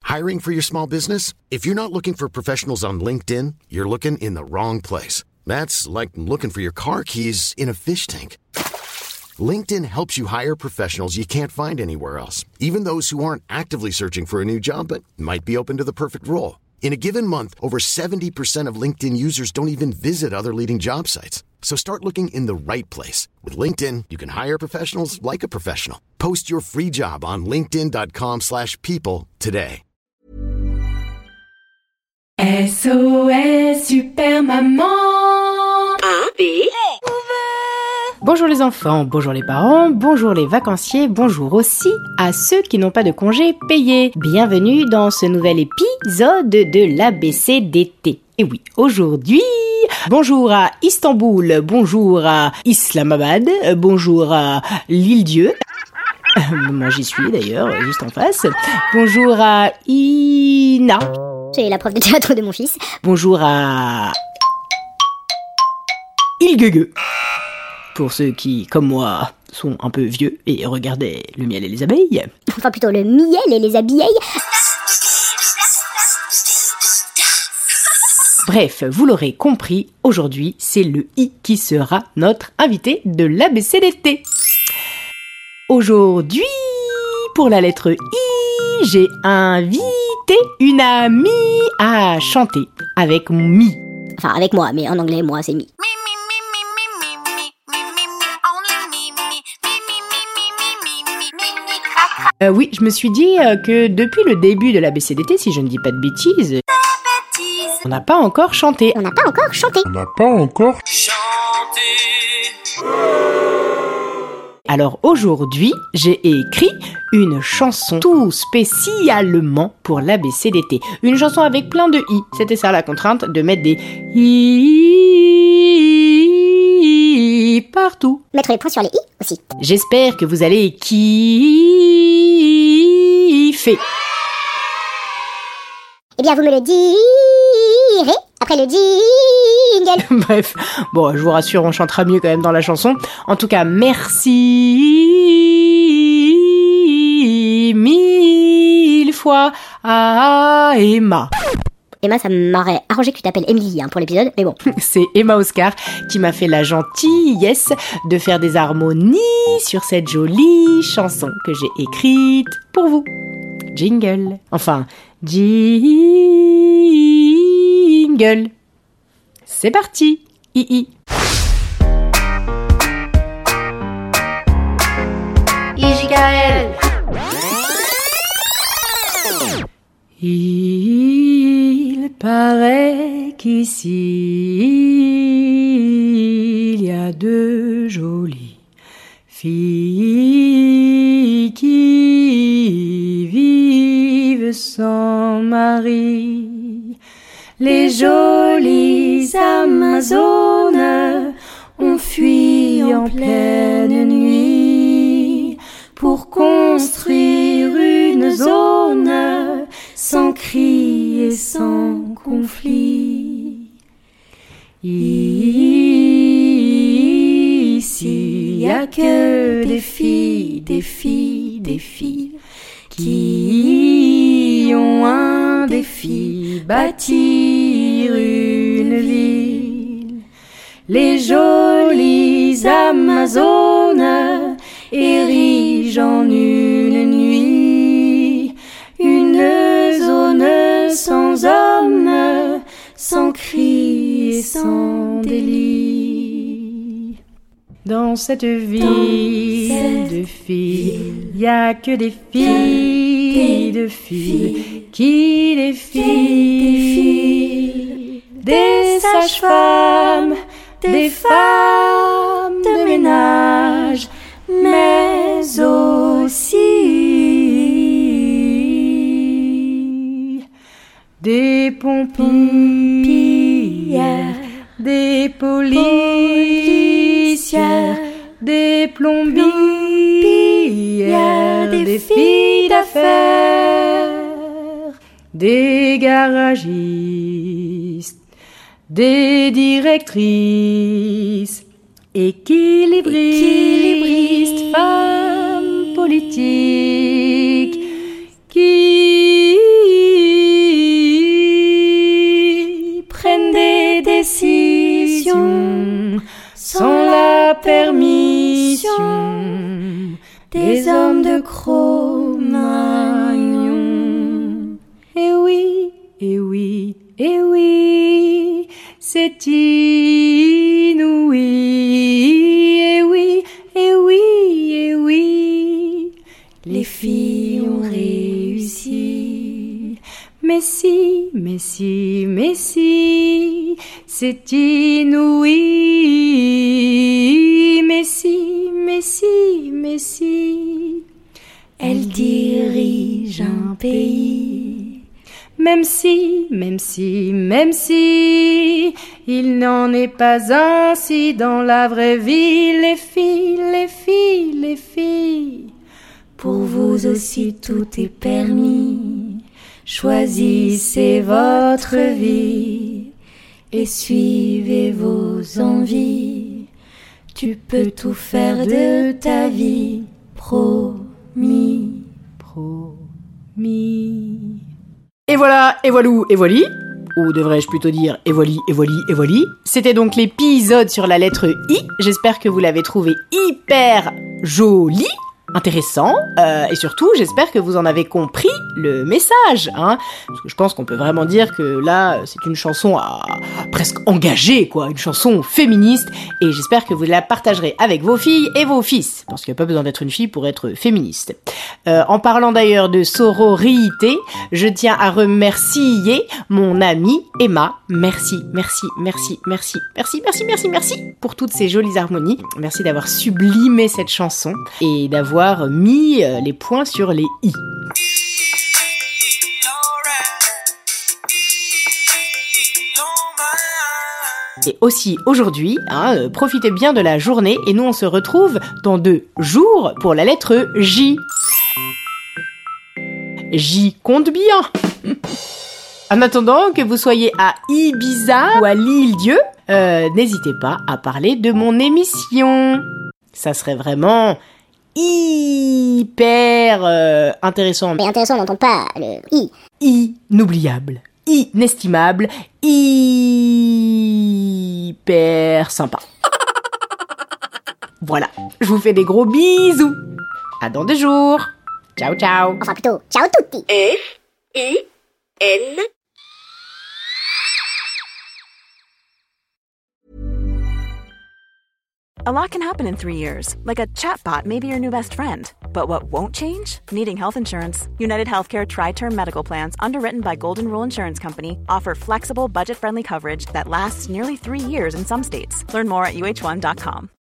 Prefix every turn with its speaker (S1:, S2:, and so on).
S1: Hiring for your small business? If you're not looking for professionals on LinkedIn, you're looking in the wrong place. That's like looking for your car keys in a fish tank. LinkedIn helps you hire professionals you can't find anywhere else, even those who aren't actively searching for a new job but might be open to the perfect role. In a given month, over 70% of LinkedIn users don't even visit other leading job sites. So start looking in the right place. With LinkedIn, you can hire professionals like a professional. Post your free job on linkedin.com/people today.
S2: SOS Super Maman. Bonjour les enfants, bonjour les parents, bonjour les vacanciers, bonjour aussi à ceux qui n'ont pas de congés payés. Bienvenue dans ce nouvel épisode de l'ABC d'été. Et oui, aujourd'hui, bonjour à Istanbul, bonjour à Islamabad, bonjour à l'île-Dieu. Moi j'y suis d'ailleurs, juste en face. Bonjour à Ina.
S3: C'est la prof de théâtre de mon fils.
S2: Bonjour à Ilgugue. Pour ceux qui, comme moi, sont un peu vieux et regardaient Le miel et les abeilles.
S3: Enfin plutôt le miel et les abeilles.
S2: Bref, vous l'aurez compris, aujourd'hui, c'est le I qui sera notre invité de l'ABC d'été. Aujourd'hui, pour la lettre I, j'ai invité une amie à chanter avec mi.
S3: Enfin avec moi, mais en anglais, moi, c'est mi.
S2: Oui, je me suis dit que depuis le début de l'ABC d'été, si je ne dis pas de bêtises, on n'a pas encore chanté.
S3: On n'a pas encore chanté.
S2: Alors aujourd'hui, j'ai écrit une chanson tout spécialement pour l'ABC d'été. Une chanson avec plein de I. C'était ça la contrainte, de mettre des I partout.
S3: Mettre les points sur les I aussi.
S2: J'espère que vous allez kiffer.
S3: Eh bien, vous me le direz après le jingle.
S2: Bref, bon, je vous rassure, on chantera mieux quand même dans la chanson. En tout cas, merci mille fois à Emma.
S3: Emma, ça m'aurait arrangé que tu t'appelles Emily pour l'épisode, mais bon.
S2: C'est Emma Oscar qui m'a fait la gentillesse de faire des harmonies sur cette jolie chanson que j'ai écrite pour vous. Jingle. Enfin, jingle. C'est parti. I. IJKL. Il paraît qu'ici, il y a deux jolies filles qui vivent sans mari. Les jolies Amazones ont fui en pleine nuit pour construire une zone sans cri et sans conflit. Ici, y a que des filles qui ont un défi, bâtir une ville. Les jolies Amazones érigent en une nuit une zone sans hommes, sans cri et sans délit. Dans cette ville de filles, y a que des filles qui défilent. Des sages-femmes, des femmes de ménage, mais aussi des pompières, des policières, des plombières, des filles d'affaires, des garagistes, des directrices, équilibristes, femmes politiques, qui permission, sans la permission des hommes de Cro-Magnon. Eh oui, eh oui, eh oui, c'est inouï. Eh oui, eh oui, eh oui, les filles ont réussi. Mais si, mais si, mais si, c'est inouï. Mais si, mais si, mais si, elle dirige un pays. Même si, même si, même si, il n'en est pas ainsi dans la vraie vie. Les filles, les filles, les filles, pour vous aussi tout est permis. Choisissez votre vie et suivez vos envies. Tu peux tout faire de ta vie, promis, promis. Et voilà, et voilou, et voili, ou devrais-je plutôt dire et voili, et voili, et voili. C'était donc l'épisode sur la lettre I. J'espère que vous l'avez trouvé hyper joli, intéressant, et surtout j'espère que vous en avez compris le message, hein, parce que je pense qu'on peut vraiment dire que là c'est une chanson presque engagée, quoi, une chanson féministe, et j'espère que vous la partagerez avec vos filles et vos fils, parce qu'il n'y a pas besoin d'être une fille pour être féministe. En parlant d'ailleurs de sororité, je tiens à remercier mon amie Emma. Merci, merci, merci, merci, merci, merci, merci, merci pour toutes ces jolies harmonies. Merci d'avoir sublimé cette chanson et d'avoir mis les points sur les i. Et aussi aujourd'hui, profitez bien de la journée et nous on se retrouve dans 2 jours pour la lettre J. J compte bien. En attendant que vous soyez à Ibiza ou à l'Île-Dieu, n'hésitez pas à parler de mon émission. Ça serait vraiment hyper intéressant.
S3: Mais intéressant, on n'entend pas le i.
S2: Inoubliable, inestimable, hyper sympa. Voilà, je vous fais des gros bisous. À dans 2 jours. Ciao, ciao.
S3: Enfin plutôt, ciao tutti.
S4: F-I-N. A lot can happen in 3 years, like a chatbot may be your new best friend. But what won't change? Needing health insurance. United Healthcare Tri-Term Medical Plans, underwritten by Golden Rule Insurance Company, offer flexible, budget-friendly coverage that lasts nearly 3 years in some states. Learn more at uh1.com.